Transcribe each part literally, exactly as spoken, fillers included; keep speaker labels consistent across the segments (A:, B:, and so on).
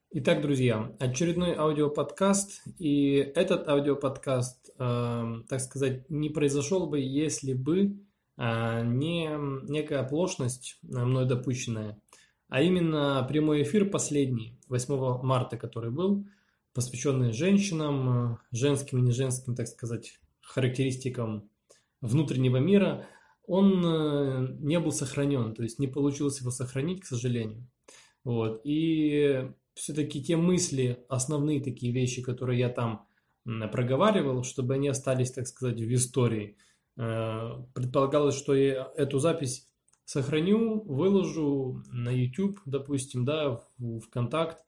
A: Итак, друзья, очередной аудиоподкаст, и этот аудиоподкаст, э, так сказать, не произошел бы, если бы э, не некая оплошность э, мной допущенная, а именно прямой эфир последний, восьмого марта, который был, посвященный женщинам, э, женским и не женским, так сказать, характеристикам внутреннего мира, он э, не был сохранен, то есть не получилось его сохранить, к сожалению. Вот. И все-таки те мысли, основные такие вещи, которые я там проговаривал, чтобы они остались, так сказать, в истории. Предполагалось, что я эту запись сохраню, выложу на YouTube, допустим, да, в ВКонтакт,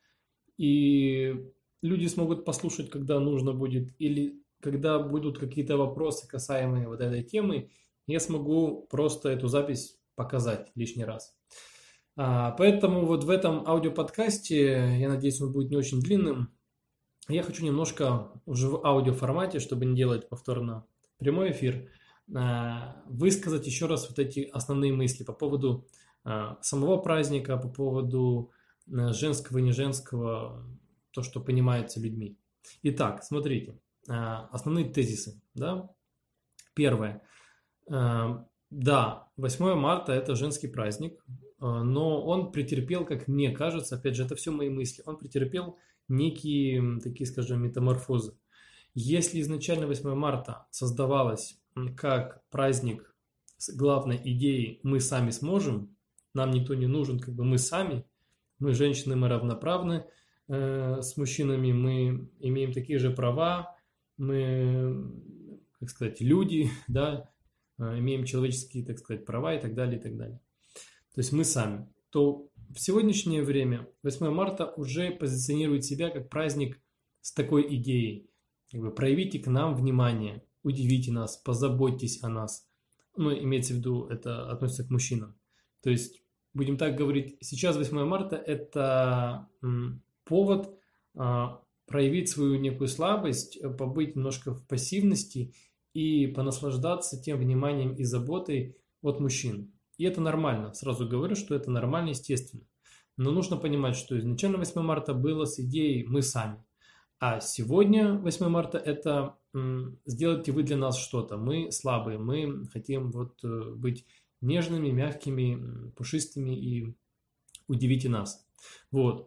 A: и люди смогут послушать, когда нужно будет, или когда будут какие-то вопросы, касаемые вот этой темы, я смогу просто эту запись показать лишний раз. Поэтому вот в этом аудиоподкасте, я надеюсь, он будет не очень длинным, я хочу немножко уже в аудиоформате, чтобы не делать повторно прямой эфир, высказать еще раз вот эти основные мысли по поводу самого праздника, по поводу женского и не женского, то, что понимается людьми. Итак, смотрите, основные тезисы. Да? Первое. Да, восьмое марта – это женский праздник, но он претерпел, как мне кажется, опять же, это все мои мысли, он претерпел некие, такие, скажем, метаморфозы. Если изначально восьмое марта создавалось как праздник с главной идеей «мы сами сможем», нам никто не нужен, как бы мы сами, мы женщины, мы равноправны э, с мужчинами, мы имеем такие же права, мы, как сказать, люди, да, имеем человеческие, так сказать, права и так далее, и так далее. То есть мы сами. То в сегодняшнее время восьмое марта уже позиционирует себя как праздник с такой идеей. Как бы проявите к нам внимание, удивите нас, позаботьтесь о нас. Ну, имеется в виду, это относится к мужчинам. То есть, будем так говорить, сейчас восьмое марта – это м, повод а, проявить свою некую слабость, побыть немножко в пассивности и понаслаждаться тем вниманием и заботой от мужчин. И это нормально. Сразу говорю, что это нормально, естественно. Но нужно понимать, что изначально восьмое марта было с идеей «мы сами». А сегодня восьмое марта – это м, «сделайте вы для нас что-то». Мы слабые, мы хотим вот быть нежными, мягкими, пушистыми и удивите нас. Вот.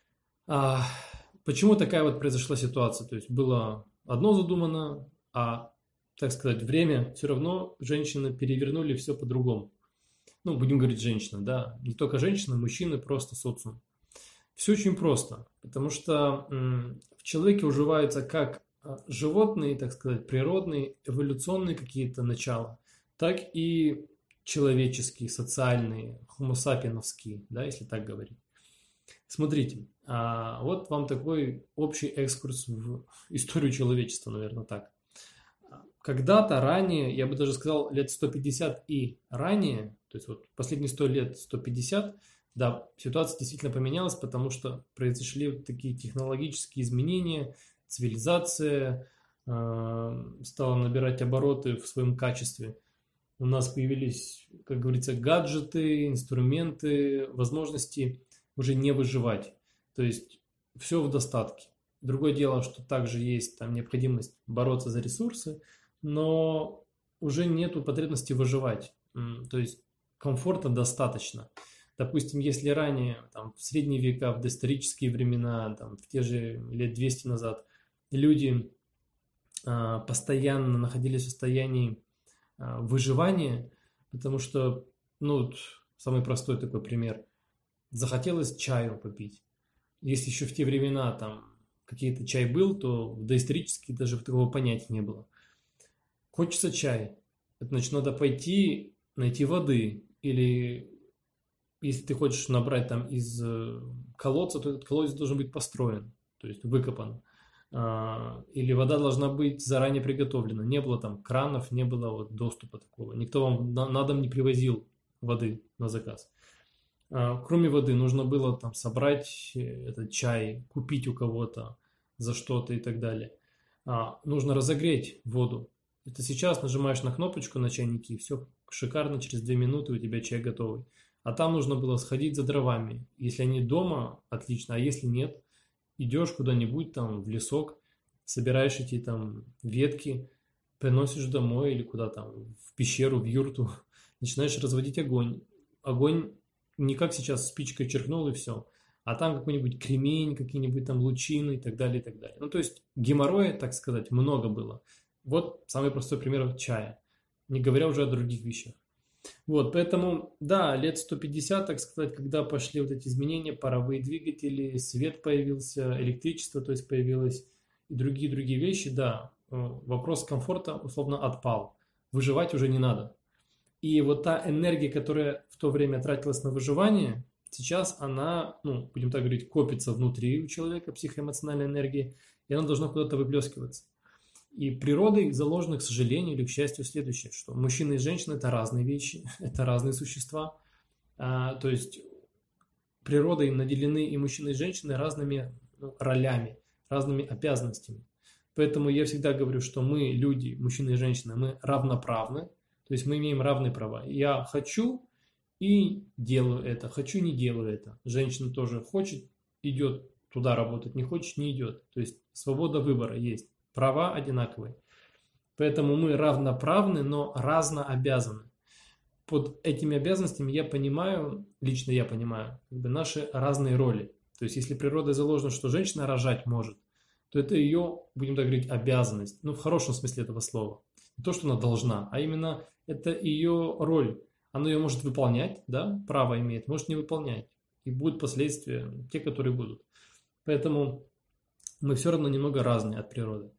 A: А почему такая вот произошла ситуация? То есть было одно задумано, а, так сказать, время все равно женщины перевернули все по-другому. Ну, будем говорить женщина, да, не только женщина, мужчины, просто социум. Все очень просто, потому что м, в человеке уживаются как животные, так сказать, природные, эволюционные какие-то начала, так и человеческие, социальные, хомосапиеновские, да, если так говорить. Смотрите, а вот вам такой общий экскурс в историю человечества, наверное, так. Когда-то ранее, я бы даже сказал, лет сто пятьдесят и ранее, то есть вот последние сто лет, сто пятьдесят, да, ситуация действительно поменялась, потому что произошли вот такие технологические изменения, цивилизация э, стала набирать обороты в своем качестве. У нас появились, как говорится, гаджеты, инструменты, возможности уже не выживать. То есть все в достатке. Другое дело, что также есть там необходимость бороться за ресурсы, но уже нету потребности выживать. То есть комфорта достаточно. Допустим, если ранее, там, в средние века, в доисторические времена, там, в те же лет двести назад, люди а, постоянно находились в состоянии а, выживания, потому что, ну, самый простой такой пример, захотелось чаю попить. Если еще в те времена там какие-то чай был, то в доисторические даже такого понятия не было. Хочется чай. Это значит, надо пойти найти воды. Или если ты хочешь набрать там из колодца, то этот колодец должен быть построен, то есть выкопан. Или вода должна быть заранее приготовлена. Не было там кранов, не было вот доступа такого. Никто вам на дом не привозил воды на заказ. Кроме воды, нужно было там собрать этот чай, купить у кого-то за что-то и так далее. А, нужно разогреть воду. Это сейчас нажимаешь на кнопочку на чайнике, и все шикарно, через две минуты у тебя чай готовый. А там нужно было сходить за дровами. Если они дома, отлично, а если нет, идешь куда-нибудь там в лесок, собираешь эти там ветки, приносишь домой или куда там, в пещеру, в юрту, начинаешь разводить огонь. Огонь не как сейчас спичкой черкнул и все, а там какой-нибудь кремень, какие-нибудь там лучины и так далее, и так далее. Ну, то есть геморроя, так сказать, много было. Вот самый простой пример чая, не говоря уже о других вещах. Вот, поэтому, да, лет сто пятьдесят, так сказать, когда пошли вот эти изменения, паровые двигатели, свет появился, электричество, то есть появилось, и другие-другие вещи, да, вопрос комфорта условно отпал. Выживать уже не надо. И вот та энергия, которая в то время тратилась на выживание, сейчас она, ну, будем так говорить, копится внутри у человека, психоэмоциональная энергия, и она должна куда-то выплескиваться. И природой заложено, к сожалению или к счастью, следующее, что мужчина и женщина – это разные вещи, это разные существа. А, то есть природой наделены и мужчины, и женщины разными, ну, ролями, разными обязанностями. Поэтому я всегда говорю, что мы, люди, мужчины и женщины, мы равноправны, то есть мы имеем равные права. Я хочу и делаю это, хочу, не делаю это. Женщина тоже хочет, идет туда работать, не хочет, не идет. То есть свобода выбора есть. Права одинаковые. Поэтому мы равноправны, но разнообязаны. Под этими обязанностями я понимаю, лично я понимаю, как бы наши разные роли. То есть если природой заложено, что женщина рожать может, то это ее, будем так говорить, обязанность. Ну, в хорошем смысле этого слова. Не то, что она должна, а именно это ее роль. Она ее может выполнять, да, право имеет, может не выполнять. И будут последствия, те, которые будут. Поэтому мы все равно немного разные от природы.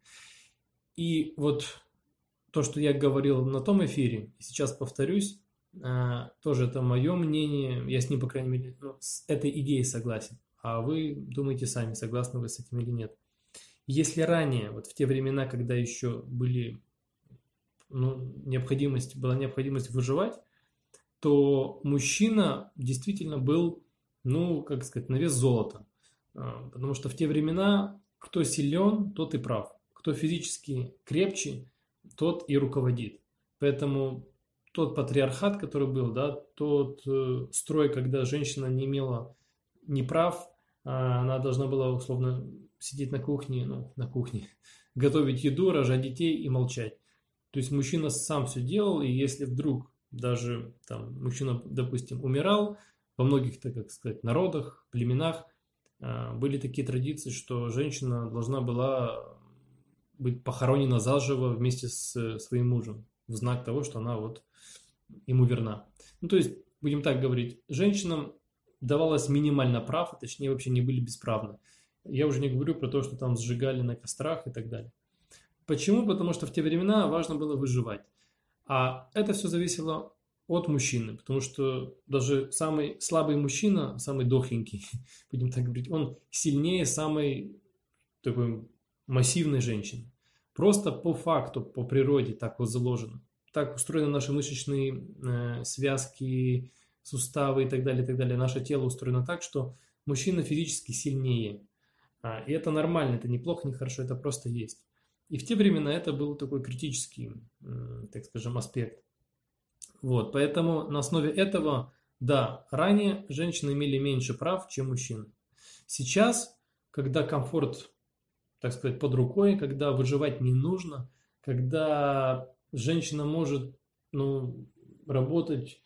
A: И вот то, что я говорил на том эфире, и сейчас повторюсь, тоже это мое мнение, я с ним, по крайней мере, ну, с этой идеей согласен. А вы думаете сами, согласны вы с этим или нет. Если ранее, вот в те времена, когда еще были, ну, необходимость, была необходимость выживать, то мужчина действительно был, ну, как сказать, на вес золота. Потому что в те времена кто силен, тот и прав. Кто физически крепче, тот и руководит. Поэтому тот патриархат, который был, да, тот э, строй, когда женщина не имела ни прав, а она должна была условно сидеть на кухне, ну, на кухне, готовить еду, рожать детей и молчать. То есть мужчина сам все делал, и если вдруг даже там мужчина, допустим, умирал, во многих, так как сказать, народах, племенах э, были такие традиции, что женщина должна была быть похоронена заживо вместе с своим мужем, в знак того, что она вот ему верна. Ну, то есть, будем так говорить, женщинам давалось минимально прав, а точнее вообще не были бесправны. Я уже не говорю про то, что там сжигали на кострах и так далее. Почему? Потому что в те времена важно было выживать. А это все зависело от мужчины, потому что даже самый слабый мужчина, самый дохленький, будем так говорить, он сильнее самой такой массивной женщины. Просто по факту, по природе так вот заложено. Так устроены наши мышечные э, связки, суставы и так далее, и так далее. Наше тело устроено так, что мужчина физически сильнее. А, и это нормально, это неплохо, не хорошо, это просто есть. И в те времена это был такой критический, э, так скажем, аспект. Вот, поэтому на основе этого, да, ранее женщины имели меньше прав, чем мужчины. Сейчас, когда комфорт, так сказать, под рукой, когда выживать не нужно, когда женщина может, ну, работать,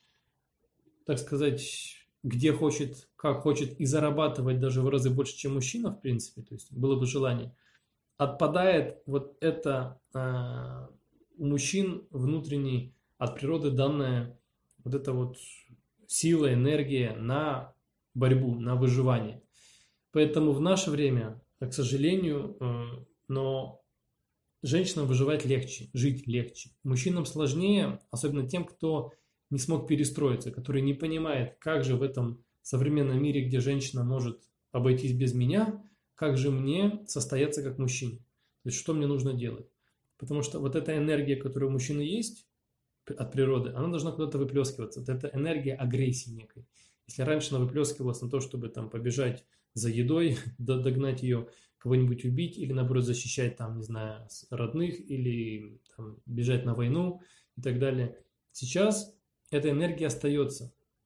A: так сказать, где хочет, как хочет, и зарабатывать даже в разы больше, чем мужчина, в принципе, то есть было бы желание, отпадает вот это э, у мужчин внутренний, от природы данная вот эта вот сила, энергия на борьбу, на выживание. Поэтому в наше время, к сожалению, э, но женщинам выживать легче, жить легче. Мужчинам сложнее, особенно тем, кто не смог перестроиться, который не понимает, как же в этом современном мире, где женщина может обойтись без меня, как же мне состояться как мужчине. То есть, что мне нужно делать. Потому что вот эта энергия, которая у мужчины есть от природы, она должна куда-то выплескиваться. Вот эта энергия агрессии некой. Если раньше она выплескивалась на то, чтобы там побежать за едой, догнать ее, кого-нибудь убить или, наоборот, защищать, там, не знаю, родных или там, бежать на войну и так далее. Сейчас эта энергия остается.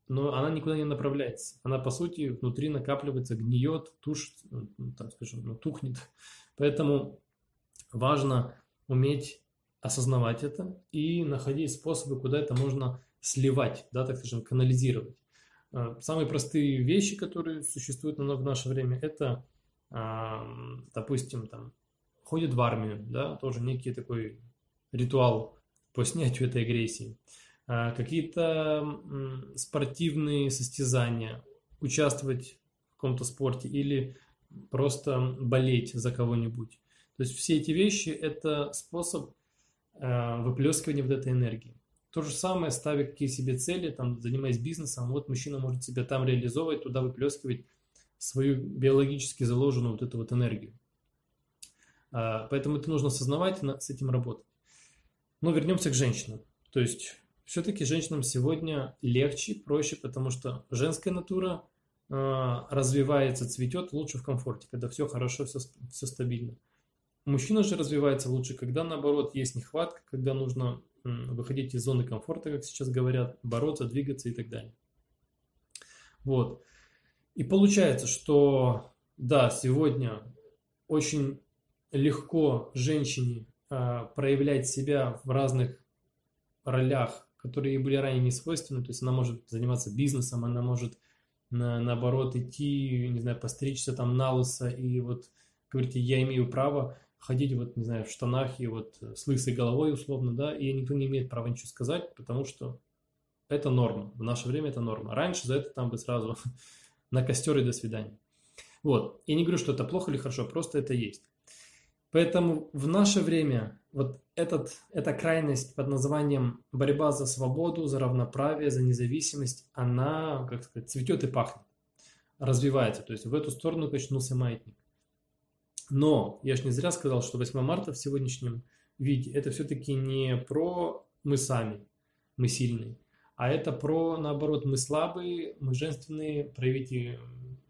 A: но она никуда не направляется. Она, по сути, внутри накапливается, гниет, тушит, ну, так скажем, ну, тухнет. Поэтому важно уметь осознавать это и находить способы, куда это можно сливать, да, так скажем, канализировать. Самые простые вещи, которые существуют в наше время, это, допустим, там, ходит в армию, да, тоже некий такой ритуал по снятию этой агрессии. Какие-то спортивные состязания, участвовать в каком-то спорте или просто болеть за кого-нибудь. То есть все эти вещи – это способ выплескивания вот этой энергии. То же самое, ставя какие себе цели, там, занимаясь бизнесом, вот мужчина может себя там реализовывать, туда выплескивать свою биологически заложенную вот эту вот энергию. Поэтому это нужно осознавать, с этим работать. Но вернемся к женщинам. То есть все-таки женщинам сегодня легче, проще, потому что женская натура развивается, цветет лучше в комфорте, когда все хорошо, все, все стабильно. Мужчина же развивается лучше, когда, наоборот, есть нехватка, когда нужно выходить из зоны комфорта, как сейчас говорят, бороться, двигаться и так далее. Вот. И получается, что, да, сегодня очень легко женщине а, проявлять себя в разных ролях, которые ей были ранее не свойственны. То есть она может заниматься бизнесом, она может, на, наоборот, идти, не знаю, постричься там на лысо и вот говорите, я имею право ходить вот, не знаю, в штанах и вот с лысой головой условно, да, и никто не имеет права ничего сказать, потому что это норма. В наше время это норма. Раньше за это там бы сразу на костер и до свидания. Вот. Я не говорю, что это плохо или хорошо, просто это есть. Поэтому в наше время вот этот, эта крайность под названием борьба за свободу, за равноправие, за независимость, она, как сказать, цветет и пахнет, развивается. То есть в эту сторону качнулся маятник. Но я же не зря сказал, что восьмое марта в сегодняшнем виде это все-таки не про мы сами, мы сильные, а это про, наоборот, мы слабые, мы женственные, проявите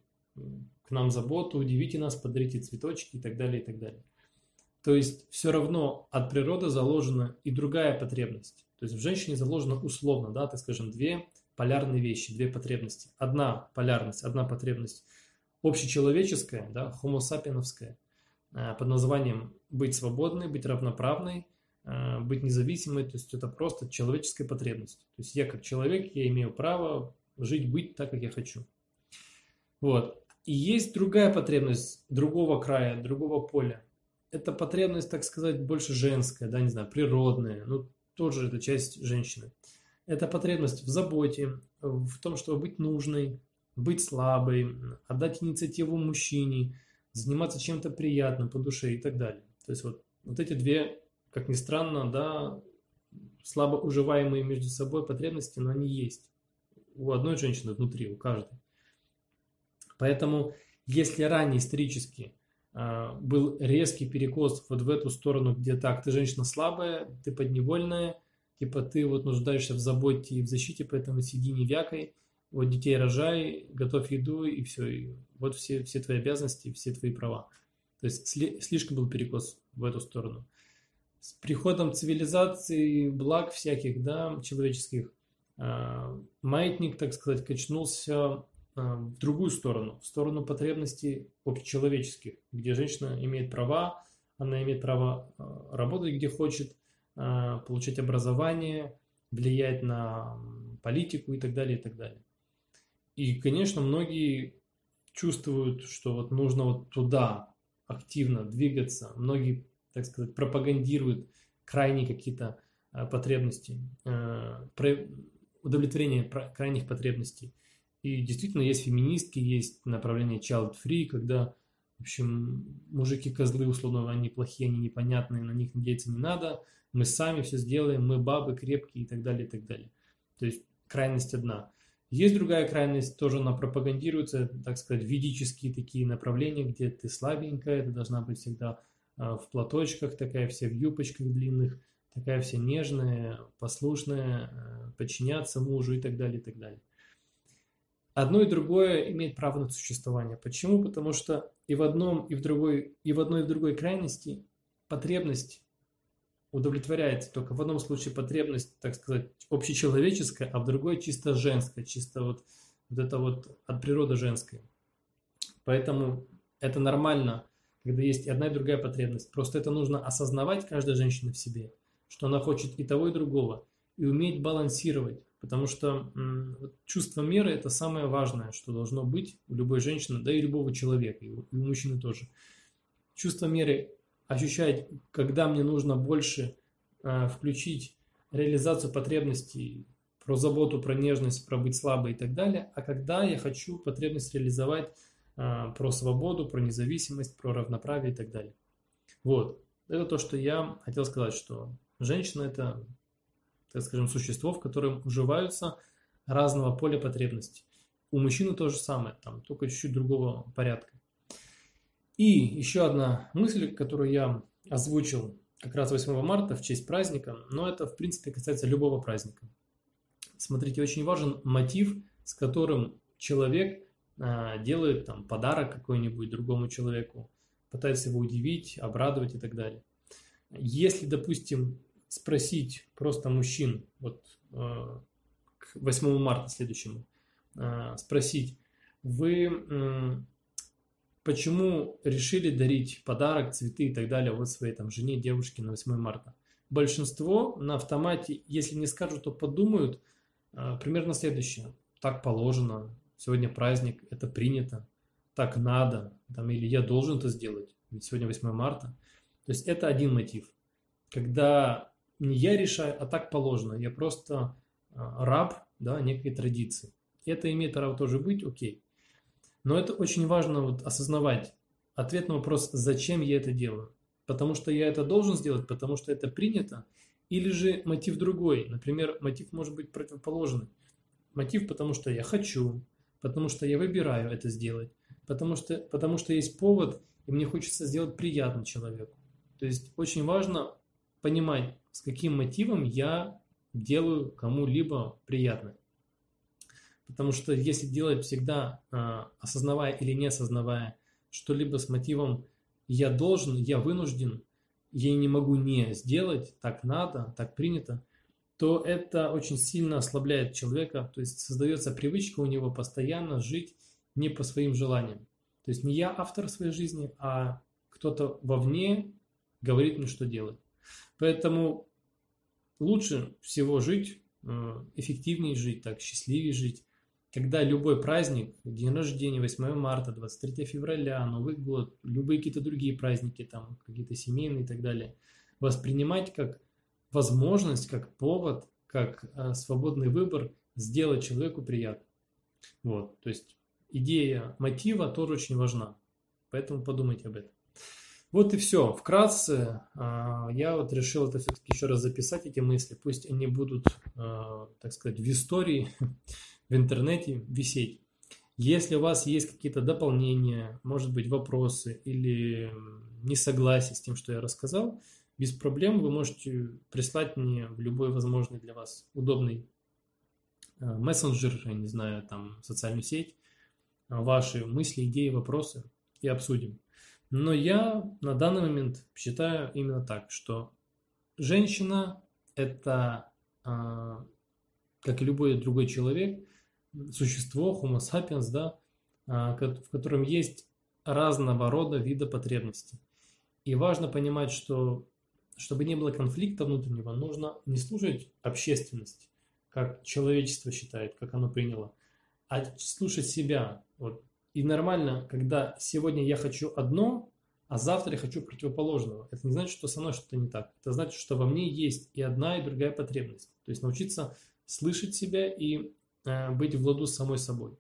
A: к нам заботу, удивите нас, подарите цветочки и так далее, и так далее. То есть все равно от природы заложена и другая потребность. То есть в женщине заложено условно, да, так скажем, две полярные вещи, две потребности. Одна полярность, одна потребность общечеловеческая, да, homo sapiensовская, под названием быть свободной, быть равноправной, быть независимой, то есть это просто человеческая потребность. То есть я как человек, я имею право жить, быть так, как я хочу. Вот. И есть другая потребность другого края, другого поля. Это потребность, так сказать, больше женская, да, не знаю, природная, ну, тоже это часть женщины. Это потребность в заботе, в том, чтобы быть нужной, быть слабой, отдать инициативу мужчине, заниматься чем-то приятным по душе и так далее. То есть вот, вот эти две, как ни странно, да, слабо уживаемые между собой потребности, но они есть у одной женщины внутри, у каждой. Поэтому, если ранее исторически э, был резкий перекос вот в эту сторону, где так, ты женщина слабая, ты подневольная, типа ты вот нуждаешься в заботе и в защите, поэтому сиди не вякай, вот детей рожай, готовь еду и все, и вот все, все твои обязанности, все твои права. То есть сли, слишком был перекос в эту сторону. С приходом цивилизации, благ всяких, да, человеческих, э, маятник, так сказать, качнулся э, в другую сторону, в сторону потребностей общечеловеческих, где женщина имеет права, она имеет право э, работать где хочет, э, получать образование, влиять на политику и так далее, и так далее. И, конечно, многие чувствуют, что вот нужно вот туда активно двигаться. Многие, так сказать, пропагандируют крайние какие-то э, потребности, э, удовлетворение крайних потребностей. И действительно есть феминистки, есть направление child-free, когда, в общем, мужики-козлы, условно, они плохие, они непонятные, на них надеяться не надо, мы сами все сделаем, мы бабы крепкие и так далее, и так далее. То есть крайность одна. Есть другая крайность, тоже она пропагандируется, так сказать, ведические такие направления, где ты слабенькая, ты должна быть всегда в платочках, такая вся в юбочках длинных, такая вся нежная, послушная, подчиняться мужу и так далее, и так далее. Одно и другое имеет право на существование. Почему? Потому что и в одном, и в другой, и в одной, и в другой крайности потребность удовлетворяется только в одном случае потребность, так сказать, общечеловеческая, а в другой чисто женская, чисто вот, вот это вот от природы женская. Поэтому это нормально, когда есть и одна, и другая потребность. Просто это нужно осознавать каждой женщине в себе, что она хочет и того, и другого, и уметь балансировать. Потому что м, вот чувство меры – это самое важное, что должно быть у любой женщины, да и любого человека, и у, и у мужчины тоже. Чувство меры ощущать, когда мне нужно больше э, включить реализацию потребностей, про заботу, про нежность, про быть слабой и так далее, а когда я хочу потребность реализовать э, про свободу, про независимость, про равноправие и так далее. Вот. Это то, что я хотел сказать, что женщина – это, так скажем, существо, в котором уживаются разного поля потребностей. У мужчины то же самое, там, только чуть-чуть другого порядка. И еще одна мысль, которую я озвучил как раз восьмого марта в честь праздника, но это, в принципе, касается любого праздника. Смотрите, очень важен мотив, с которым человек а, делает там, подарок какой-нибудь другому человеку, пытается его удивить, обрадовать и так далее. Если, допустим, спросить просто мужчин, вот а, к восьмому марта следующему, а, спросить, вы... М- Почему решили дарить подарок, цветы и так далее вот своей там жене, девушке на восьмое марта? Большинство на автомате, если не скажут, то подумают э, примерно следующее. Так положено, сегодня праздник, это принято, так надо, там, или я должен это сделать, ведь сегодня восьмое марта. То есть это один мотив. Когда не я решаю, а так положено, я просто э, раб, да, некой традиции. Это имеет право тоже быть, окей. Но это очень важно вот осознавать ответ на вопрос, зачем я это делаю. Потому что я это должен сделать, потому что это принято, или же мотив другой. Например, мотив может быть противоположный. Мотив, потому что я хочу, потому что я выбираю это сделать, потому что, потому что есть повод, и мне хочется сделать приятно человеку. То есть очень важно понимать, с каким мотивом я делаю кому-либо приятно. Потому что если делать всегда, осознавая или не осознавая, что-либо с мотивом «я должен», «я вынужден», «я не могу не сделать», «так надо», «так принято», то это очень сильно ослабляет человека, то есть создается привычка у него постоянно жить не по своим желаниям. То есть не я автор своей жизни, а кто-то вовне говорит мне, что делать. Поэтому лучше всего жить, эффективнее жить, так, счастливее жить, когда любой праздник, день рождения, восьмое марта, двадцать третьего февраля, Новый год, любые какие-то другие праздники, там, какие-то семейные и так далее, воспринимать как возможность, как повод, как э, свободный выбор сделать человеку приятно. Вот, то есть идея мотива тоже очень важна, поэтому подумайте об этом. Вот и все. Вкратце э, я вот решил это все-таки еще раз записать, эти мысли, пусть они будут, э, так сказать, в истории, в интернете висеть. Если у вас есть какие-то дополнения, может быть, вопросы или несогласие с тем, что я рассказал, без проблем вы можете прислать мне в любой возможный для вас удобный мессенджер, я не знаю, там, социальную сеть, ваши мысли, идеи, вопросы и обсудим. Но я на данный момент считаю именно так, что женщина – это, как и любой другой человек, существо, Homo sapiens, да, в котором есть разного рода вида потребностей. И важно понимать, что чтобы не было конфликта внутреннего, нужно не слушать общественность, как человечество считает, как оно приняло, а слушать себя. Вот. И нормально, когда сегодня я хочу одно, а завтра я хочу противоположного. Это не значит, что со мной что-то не так. Это значит, что во мне есть и одна, и другая потребность. То есть научиться слышать себя и э, быть в ладу с самой собой.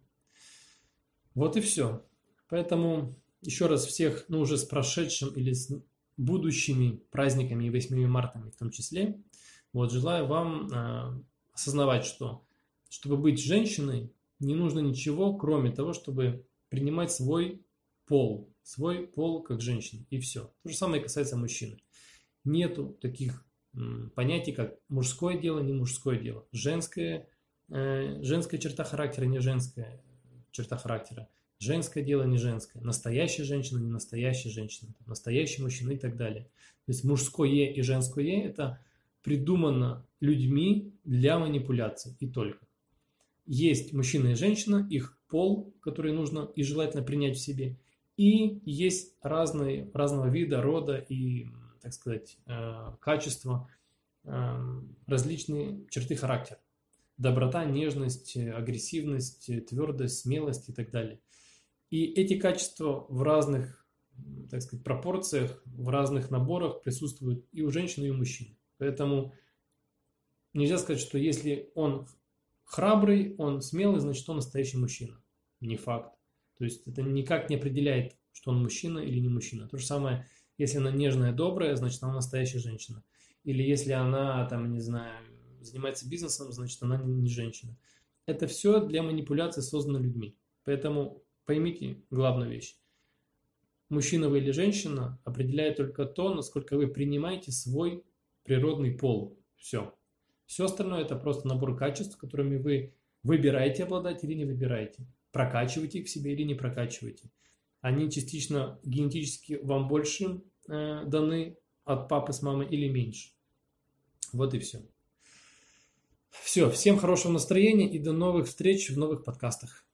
A: Вот и все. Поэтому еще раз всех, ну уже с прошедшим или с будущими праздниками и восьмым мартами в том числе, вот желаю вам э, осознавать, что чтобы быть женщиной, не нужно ничего, кроме того, чтобы принимать свой пол, свой пол как женщина, и все. То же самое касается мужчины. Нету таких м, понятий, как мужское дело, не мужское дело, женское, э, женская черта характера, не женская черта характера, Женское дело, не женское. Настоящая женщина, не настоящая женщина. Настоящий мужчина и так далее. То есть мужское и женское – это придумано людьми для манипуляций и только. Есть мужчина и женщина, их пол, который нужно и желательно принять в себе. И есть разные, разного вида, рода и, так сказать, качества, различные черты характера. Доброта, нежность, агрессивность, твердость, смелость и так далее. И эти качества в разных, так сказать, пропорциях, в разных наборах присутствуют и у женщин, и у мужчин. Поэтому нельзя сказать, что если он храбрый, он смелый, значит он настоящий мужчина. Не факт. То есть это никак не определяет, что он мужчина или не мужчина. То же самое, если она нежная, добрая, значит она настоящая женщина. Или если она, там, не знаю, занимается бизнесом, значит она не женщина. Это все для манипуляции создано людьми. Поэтому поймите главную вещь. Мужчина вы или женщина определяет только то, насколько вы принимаете свой природный пол. Все. Все остальное это просто набор качеств, которыми вы выбираете обладать или не выбираете. Прокачиваете их в себе или не прокачиваете. Они частично генетически вам больше э, даны от папы с мамой или меньше. Вот и все. Все. Всем хорошего настроения и до новых встреч в новых подкастах.